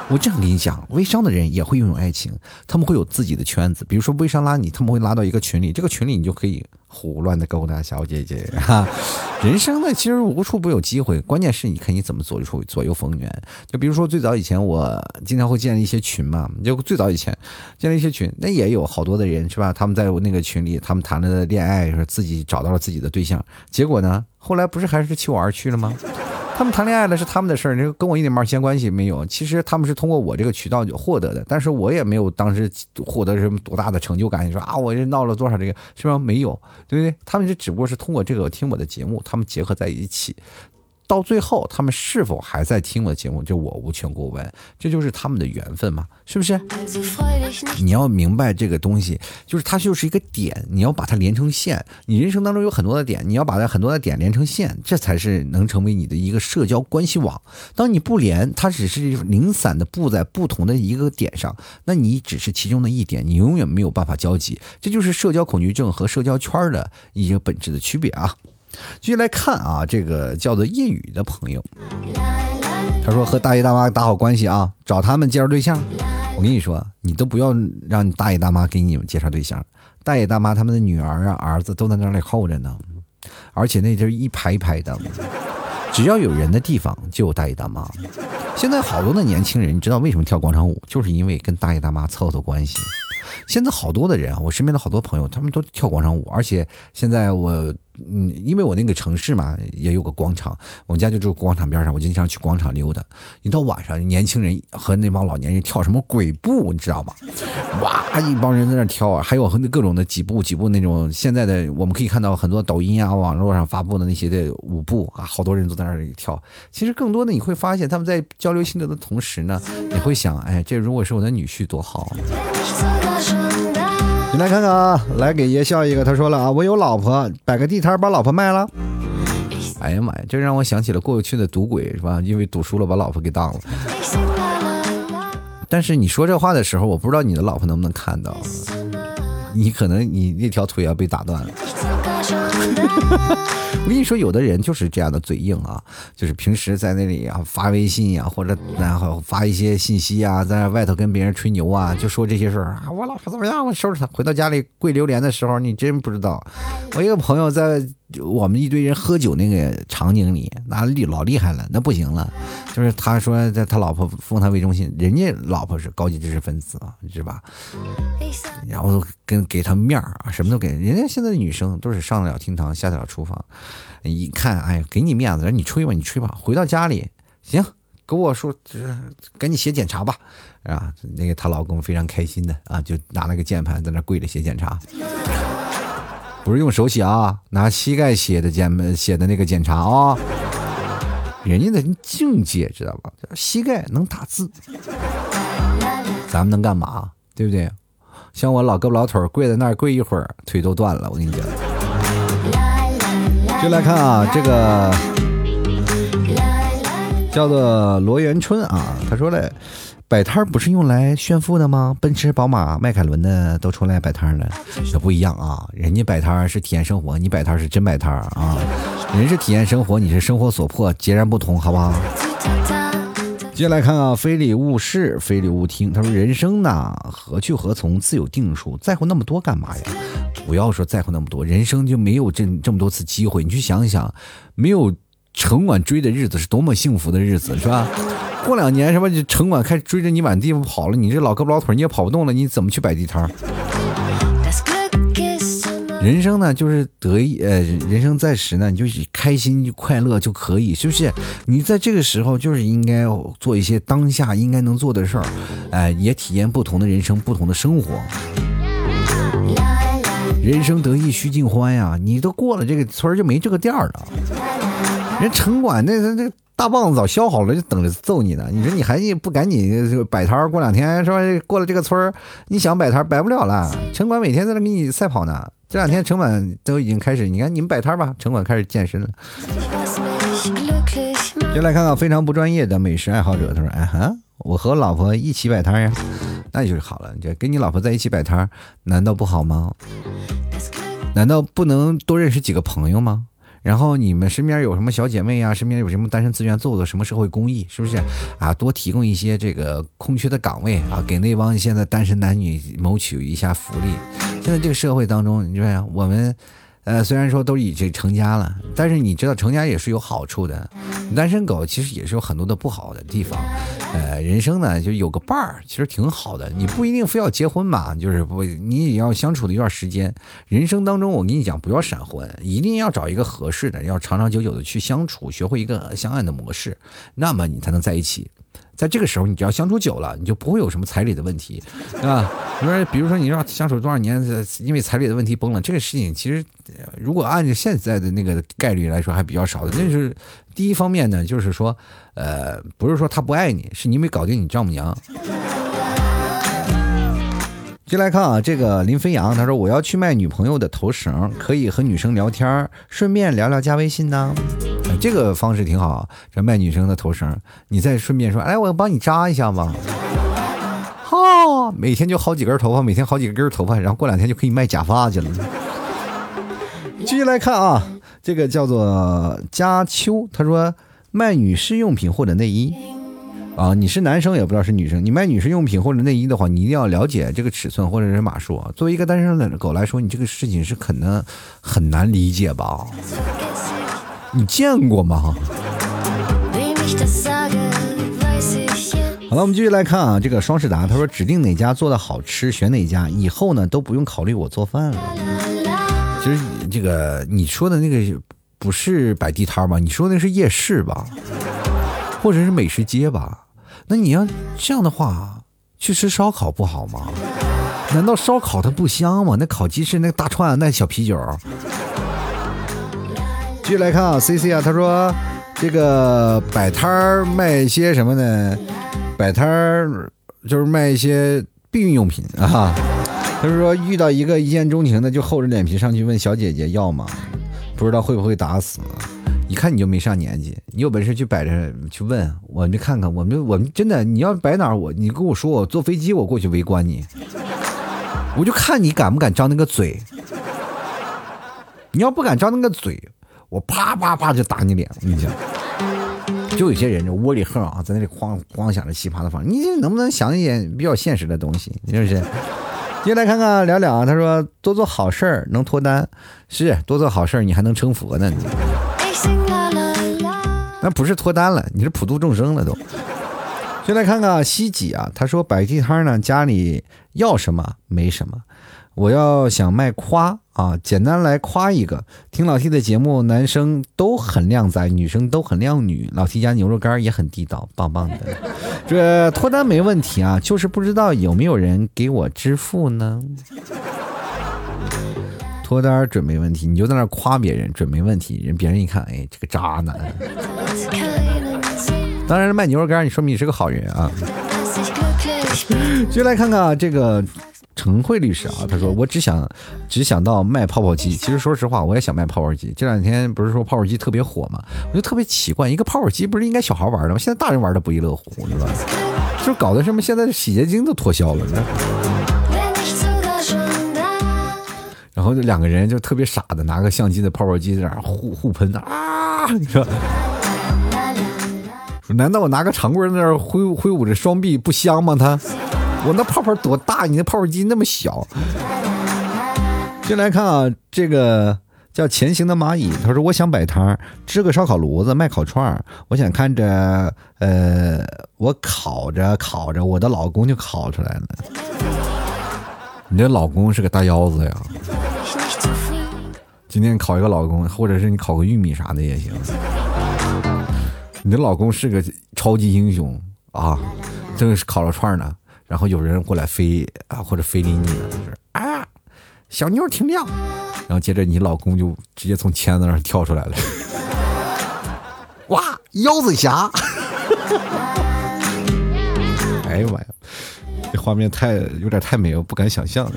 我这样跟你讲，微商的人也会拥有爱情，他们会有自己的圈子，比如说微商拉你，他们会拉到一个群里，这个群里你就可以胡乱的勾搭小姐姐哈。人生呢，其实无处不有机会，关键是你看你怎么左右逢源。就比如说最早以前我经常会建一些群嘛，就最早以前建了一些群，那也有好多的人是吧？他们在那个群里，他们谈了恋爱，说自己找到了自己的对象，结果呢，后来不是还是弃我而去了吗？他们谈恋爱了是他们的事儿，这跟我一点毛关系没有。其实他们是通过我这个渠道获得的，但是我也没有当时获得什么多大的成就感。你说啊，我这闹了多少这个，是吧？没有，对不对？他们这只不过是通过这个听我的节目，他们结合在一起。到最后他们是否还在听我的节目，就我无权过问，这就是他们的缘分嘛，是不是？你要明白这个东西，就是它就是一个点，你要把它连成线。你人生当中有很多的点，你要把它很多的点连成线，这才是能成为你的一个社交关系网。当你不连，它只是零散的布在不同的一个点上，那你只是其中的一点，你永远没有办法交集。这就是社交恐惧症和社交圈的一个本质的区别啊。继续来看啊，这个叫做夜雨的朋友，他说和大爷大妈打好关系啊，找他们介绍对象。我跟你说，你都不要让你大爷大妈给你们介绍对象，大爷大妈他们的女儿啊儿子都在那里候着呢，而且那就是一排一排的，只要有人的地方就有大爷大妈。现在好多的年轻人，你知道为什么跳广场舞，就是因为跟大爷大妈凑凑关系。现在好多的人啊，我身边的好多朋友，他们都跳广场舞，而且现在因为我那个城市嘛，也有个广场，我们家就住广场边上，我经常去广场溜达。一到晚上，年轻人和那帮老年人跳什么鬼步，你知道吗？哇，一帮人在那跳啊，还有各种的几步那种。现在的我们可以看到很多抖音啊、网络上发布的那些的舞步啊，好多人都在那里跳。其实更多的你会发现，他们在交流心得的同时呢，你会想，哎，这如果是我的女婿多好。你来看看啊，来给爷笑一个。他说了啊，我有老婆，摆个地摊把老婆卖了。哎呀妈呀，这让我想起了过去的赌鬼是吧？因为赌输了把老婆给当了。但是你说这话的时候，我不知道你的老婆能不能看到，你可能你那条腿要被打断了。我跟你说，有的人就是这样的嘴硬啊，就是平时在那里啊发微信呀、或者然后发一些信息啊，在外头跟别人吹牛啊，就说这些事儿啊，我老婆怎么样，我收拾她。回到家里跪榴莲的时候，你真不知道。我一个朋友在我们一堆人喝酒那个场景里，那老厉害了，那不行了。就是他说他老婆封他为中心，人家老婆是高级知识分子啊，是吧？然后给他面儿啊，什么都给人家。现在的女生都是上得了厅堂，下得了厨房。一看，哎，给你面子，让你吹吧，你吹吧。回到家里，行，给我说，赶紧写检查吧。啊，那个她老公非常开心的啊，就拿了个键盘在那跪着写检查。不是用手写啊，拿膝盖写的那个检查啊，人家的境界知道吧？膝盖能打字，咱们能干嘛？对不对？像我老胳膊老腿跪在那儿跪一会儿，腿都断了。我跟你讲，就来看啊，这个叫做罗元春啊，他说了。摆摊不是用来炫富的吗？奔驰、宝马、迈凯伦的都出来摆摊了，这不一样啊！人家摆摊是体验生活，你摆摊是真摆摊啊！人是体验生活，你是生活所迫，截然不同，好不好？接下来看啊，非礼勿视，非礼勿听。他说：“人生呐，何去何从，自有定数，在乎那么多干嘛呀？不要说在乎那么多，人生就没有这么多次机会。你去想想，没有城管追的日子是多么幸福的日子，是吧？”过2年什么城管开始追着你满地方跑了，你这老胳膊老腿你也跑不动了，你怎么去摆地摊？人生呢就是得意，人生在时呢，你就开心快乐就可以，是不是？你在这个时候就是应该做一些当下应该能做的事儿，也体验不同的人生，不同的生活。人生得意须尽欢呀，你都过了这个村就没这个店了。人城管那大棒子早削好了，就等着揍你呢。你说你还不赶紧摆摊，过2天是吧？过了这个村你想摆摊摆不了了。城管每天在那给你赛跑呢。这2天城管都已经开始，你看你们摆摊吧，城管开始健身了。就来看看非常不专业的美食爱好者，他说：“哎哈，我和我老婆一起摆摊呀，那就是好了。你跟你老婆在一起摆摊，难道不好吗？难道不能多认识几个朋友吗？ 然后你们身边有什么小姐妹啊，身边有什么单身资源，做做什么社会公益，是不是啊？多提供一些这个空缺的岗位啊，给那帮现在单身男女谋取一下福利。现在这个社会当中，你说呀，我们虽然说都已经成家了，但是你知道成家也是有好处的，单身狗其实也是有很多的不好的地方。人生呢就有个伴儿，其实挺好的，你不一定非要结婚嘛，就是不，你也要相处的一段时间。人生当中，我跟你讲，不要闪婚，一定要找一个合适的，要长长久久的去相处，学会一个相爱的模式，那么你才能在一起。在这个时候，你只要相处久了，你就不会有什么彩礼的问题，啊，比如说你让相处多少年，因为彩礼的问题崩了，这个事情其实如果按照现在的那个概率来说还比较少的。那是第一方面呢，就是说，不是说他不爱你，是你没搞定你丈母娘。接来看啊，这个林飞扬他说我要去卖女朋友的头绳，可以和女生聊天，顺便聊聊加微信呢。这个方式挺好，这卖女生的头绳，你再顺便说，哎，我帮你扎一下吧。每天就好几根头发，每天好几根头发，然后过2天就可以卖假发去了。继续来看啊，这个叫做佳秋，他说卖女士用品或者内衣。啊，你是男生也不知道是女生，你卖女士用品或者内衣的话，你一定要了解这个尺寸或者是码数啊。作为一个单身的狗来说，你这个事情是可能很难理解吧？你见过吗？好了，我们继续来看啊，这个双世达他说指定哪家做的好吃选哪家，以后呢都不用考虑我做饭了。其实这个你说的那个不是摆地摊吧？你说的是夜市吧？或者是美食街吧？那你要这样的话，去吃烧烤不好吗？难道烧烤它不香吗？那烤鸡翅、那个大串、那小啤酒。继续来看啊 ，CC 啊，他说这个摆摊卖一些什么呢？摆摊就是卖一些避孕用品啊。他说遇到一个一见钟情的，就厚着脸皮上去问小姐姐要吗？不知道会不会打死。一看你就没上年纪，你有本事去摆着去问，我们看看，我们真的，你要摆哪儿，你跟我说，我坐飞机我过去围观你，我就看你敢不敢张那个嘴。你要不敢张那个嘴，我啪啪啪就打你脸。我跟你讲，就有些人就窝里横啊，在那里光想着奇葩的方式，你能不能想一点比较现实的东西？你是不是？接下来看看聊聊啊，他说多做好事儿能脱单，是多做好事儿你还能成佛呢。那不是脱单了，你是普度众生了都。就来看看西几啊，他说摆地摊呢，家里要什么没什么，我要想卖夸啊，简单来夸一个。听老 T 的节目，男生都很靓仔，女生都很靓女，老 T 家牛肉干也很地道，棒棒的。这脱单没问题啊，就是不知道有没有人给我支付呢？脱单准没问题，你就在那夸别人准没问题，别人一看，哎，这个渣男。当然卖牛肉干，你说明你是个好人啊。就来看看这个陈慧律师啊，他说我只想到卖泡泡机，其实说实话我也想卖泡泡机。这2天不是说泡泡机特别火吗？我就特别奇怪，一个泡泡机不是应该小孩玩的吗？现在大人玩的不亦乐乎，是吧？就搞得什么现在洗洁精都脱销了，然后就2个人就特别傻的拿个相机的泡泡机在那互喷啊！你说，难道我拿个长棍在那挥舞着双臂不香吗？我那泡泡多大，你那泡泡机那么小。进来看啊，这个叫前行的蚂蚁，他说我想摆摊支个烧烤炉子卖烤串，我想看着我烤着我的老公就烤出来了。你的老公是个大腰子呀，今天烤一个老公，或者是你烤个玉米啥的也行。你的老公是个超级英雄啊，这个是烤了串呢，然后有人过来飞啊，或者飞离你了，就是啊，小妞挺亮，然后接着你老公就直接从签子上跳出来了，哇，腰子侠！哎呀妈呀，这画面有点太美了，不敢想象。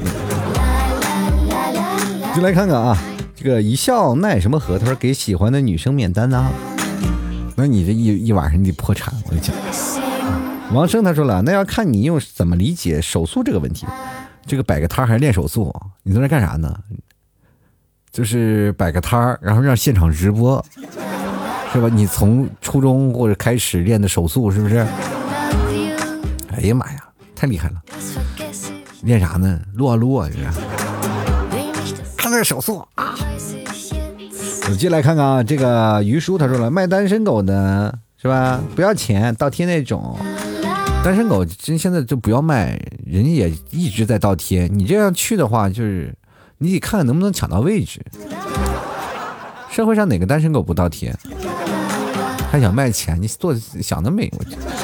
就来看看啊，这个一笑奈什么何，他说给喜欢的女生免单啊，那你这一晚上你得破产，我跟你讲。王生他说了，那要看你用怎么理解手速这个问题。这个摆个摊还是练手速？你在那干啥呢？ 就是摆个摊儿，然后让现场直播，是吧？你从初中或者开始练的手速，是不是？哎呀妈呀，太厉害了！练啥呢？撸啊撸啊，这是。看这手速啊！我接来看看啊，这个于叔他说了，卖单身狗的是吧？不要钱，倒贴那种。单身狗真现在就不要卖，人家也一直在倒贴。你这样去的话，就是你得看看能不能抢到位置。社会上哪个单身狗不倒贴？还想卖钱？你想得美！我觉得。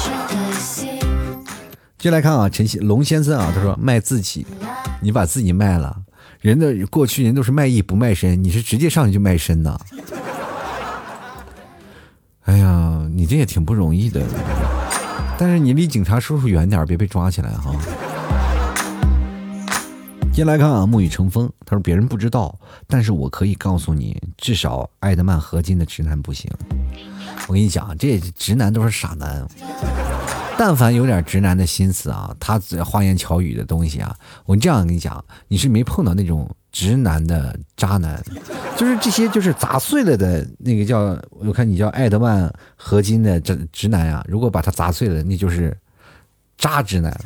接来看啊，龙先生啊，他说卖自己，你把自己卖了。人的过去人都是卖艺不卖身，你是直接上去就卖身的。哎呀，你这也挺不容易的，但是你离警察叔叔远点，别被抓起来哈。接来看啊，沐雨成风，他说别人不知道，但是我可以告诉你，至少爱德曼合金的直男不行。我跟你讲，这直男都是傻男。但凡有点直男的心思啊，他花言巧语的东西啊，我这样跟你讲，你是没碰到那种直男的渣男，就是这些就是砸碎了的那个叫，我看你叫爱德曼合金的直男啊，如果把它砸碎了，那就是渣直男。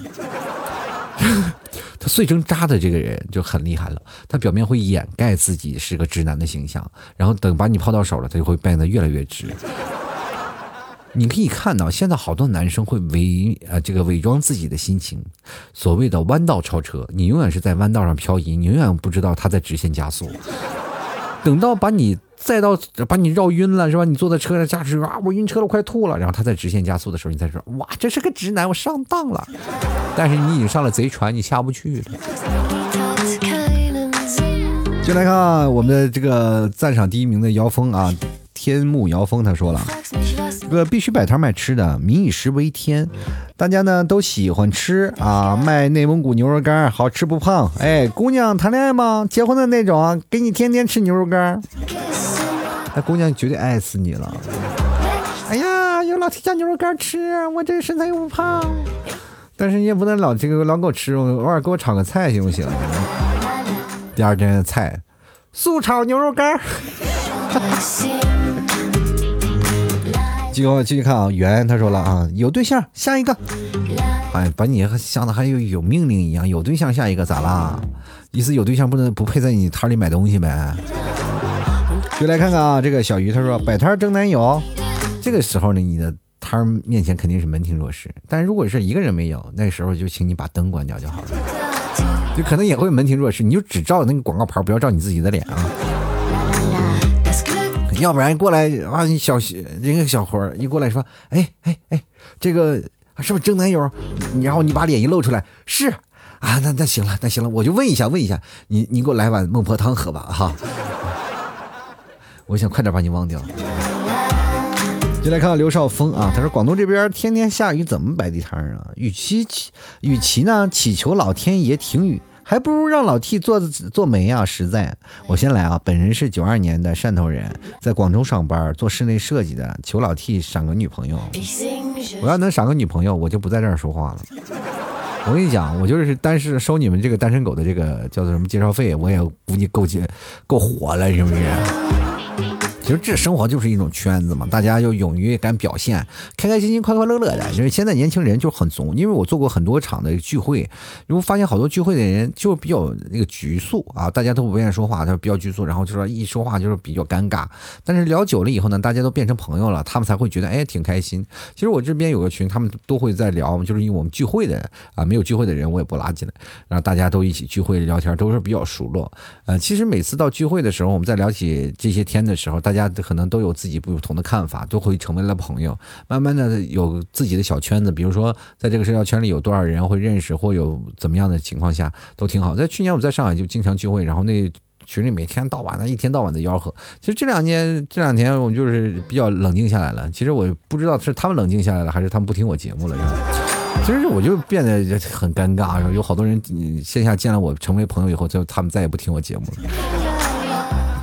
他碎成渣的这个人就很厉害了，他表面会掩盖自己是个直男的形象，然后等把你泡到手了，他就会变得越来越直。你可以看到，现在好多男生会伪装自己的心情，所谓的弯道超车，你永远是在弯道上漂移，你永远不知道他在直线加速。等到把你绕晕了是吧？你坐在车上驾驶啊，我晕车了，快吐了。然后他在直线加速的时候，你才说哇，这是个直男，我上当了。但是你已经上了贼船，你下不去了。就来看我们的这个赞赏第一名的姚峰啊。天幕姚峰他说了，这个必须摆摊卖吃的，民以食为天，大家呢都喜欢吃啊，卖内蒙古牛肉干，好吃不胖。哎，姑娘谈恋爱吗？结婚的那种啊，给你天天吃牛肉干，那姑娘绝对爱死你了。哎呀，有老提家牛肉干吃，我这身材又不胖，但是你也不能老给我吃，偶尔给我炒个菜行不行？第二天的菜，素炒牛肉干。继续看啊，袁他说了啊，有对象下一个，哎，把你想的还有命令一样，有对象下一个咋啦？意思有对象不配在你摊里买东西呗？就来看看啊，这个小鱼他说摆摊争男友，这个时候呢，你的摊面前肯定是门庭若市，但如果是一个人没有，那时候就请你把灯关掉就好了，就可能也会门庭若市，你就只照那个广告牌，不要照你自己的脸啊。要不然过来啊，这个小伙一过来说，哎，这个是不是争男友？然后你把脸一露出来，是啊，那行了，我就问一下，你给我来碗孟婆汤喝吧哈。我想快点把你忘掉。就来看到刘少峰啊，他说广东这边天天下雨，怎么摆地摊啊？与其呢祈求老天爷停雨，还不如让老 T 做媒啊！实在，我先来啊！本人是92年的汕头人，在广州上班，做室内设计的，求老 T 赏个女朋友。我要能赏个女朋友，我就不在这儿说话了。我跟你讲，我就是单是收你们这个单身狗的这个叫做什么介绍费，我也估计够火了，是不是？其实这生活就是一种圈子嘛，大家就勇于敢表现，开开心心快快乐乐的。就是现在年轻人就很怂，因为我做过很多场的聚会，如果发现好多聚会的人就比较那个局促啊，大家都不愿意说话，他比较局促，然后就说一说话就是比较尴尬。但是聊久了以后呢，大家都变成朋友了，他们才会觉得哎挺开心。其实我这边有个群，他们都会在聊，就是因为我们聚会的啊，没有聚会的人我也不拉进来，然后大家都一起聚会聊天，都是比较熟络。其实每次到聚会的时候，我们在聊起这些天的时候，大家可能都有自己不同的看法，都会成为了朋友，慢慢的有自己的小圈子，比如说在这个社交圈里有多少人会认识，或有怎么样的情况下都挺好。在去年我们在上海就经常聚会，然后那群里每天到晚的一天到晚的吆喝。其实这两天我就是比较冷静下来了，其实我不知道是他们冷静下来了，还是他们不听我节目了，是吧？其实我就变得很尴尬，有好多人线下见了我成为朋友以后，就他们再也不听我节目了。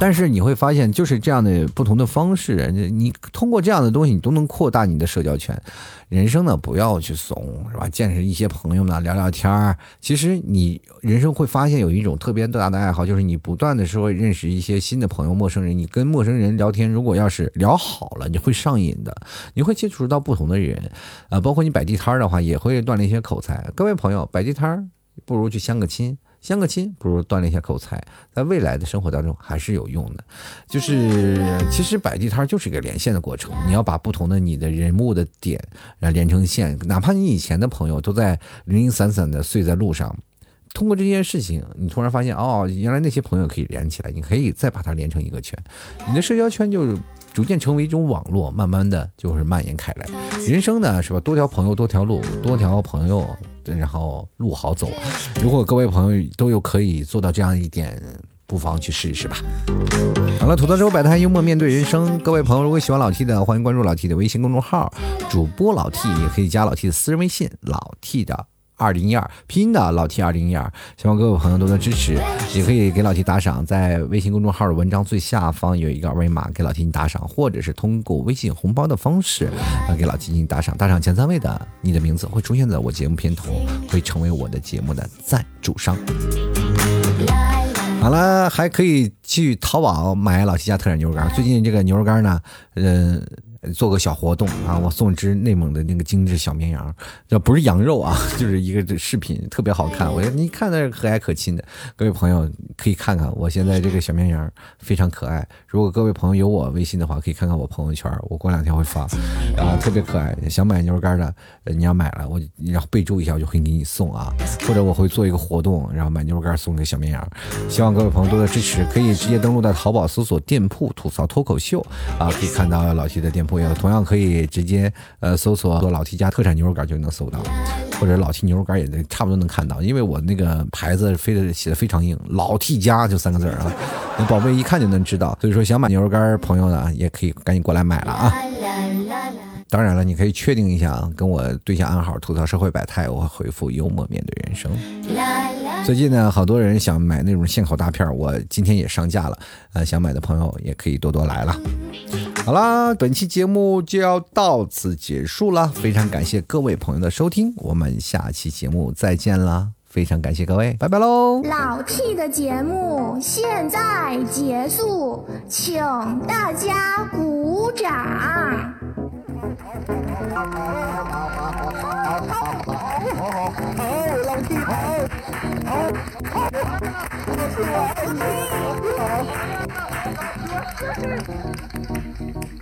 但是你会发现，就是这样的不同的方式，你通过这样的东西，你都能扩大你的社交圈。人生呢，不要去怂，是吧？见识一些朋友呢，聊聊天儿。其实你人生会发现有一种特别大的爱好，就是你不断的是会认识一些新的朋友、陌生人。你跟陌生人聊天，如果要是聊好了，你会上瘾的，你会接触到不同的人，包括你摆地摊的话，也会锻炼一些口才。各位朋友，摆地摊不如去相个亲。相个亲不如锻炼一下口才，在未来的生活当中还是有用的。就是其实摆地摊就是一个连线的过程，你要把不同的你的人物的点连成线，哪怕你以前的朋友都在零零散散的碎在路上，通过这件事情，你突然发现原来那些朋友可以连起来，你可以再把它连成一个圈，你的社交圈就逐渐成为一种网络，慢慢的就是蔓延开来。人生呢，是吧？多条朋友多条路，多条朋友然后路好走。如果各位朋友都有可以做到这样一点，不妨去试一试吧。好了，吐槽之后摆摊，幽默面对人生。各位朋友，如果喜欢老 T 的，欢迎关注老 T 的微信公众号，主播老 T， 也可以加老 T 的私人微信老 T 的2012拼音的老 T 2012，希望各位朋友多多支持，也可以给老 T 打赏，在微信公众号的文章最下方有一个二维码，给老 T 打赏，或者是通过微信红包的方式给老 T 进行打赏，打赏前3位的，你的名字会出现在我节目片头，会成为我的节目的赞助商。好了，还可以去淘宝买老 T 家特产牛肉干，最近这个牛肉干呢，做个小活动啊，我送只内蒙的那个精致小绵羊，这不是羊肉啊，就是一个视频，特别好看，你看的和蔼可亲的，各位朋友可以看看，我现在这个小绵羊非常可爱，如果各位朋友有我微信的话，可以看看我朋友圈，我过2天会发，特别可爱，想买牛肉干的，你要买了，然后备注一下，我就会给你送啊，或者我会做一个活动，然后买牛肉干送给小绵羊，希望各位朋友多多支持，可以直接登录在淘宝搜索店铺吐槽脱口秀啊，可以看到老 T 的店铺。同样可以直接搜索老 T 家特产牛肉干就能搜到，或者老 T 牛肉干也差不多能看到，因为我那个牌子写的非常硬，老 T 家就3个字啊，那宝贝一看就能知道，所以说想买牛肉干朋友呢也可以赶紧过来买了啊。当然了，你可以确定一下跟我对象暗号吐槽社会百态，我会回复幽默面对人生。最近呢，好多人想买那种现烤大片，我今天也上架了，想买的朋友也可以多多来了。好啦，本期节目就要到此结束了，非常感谢各位朋友的收听，我们下期节目再见啦，非常感谢各位，拜拜喽。 老 T 的节目现在结束，请大家鼓掌。好，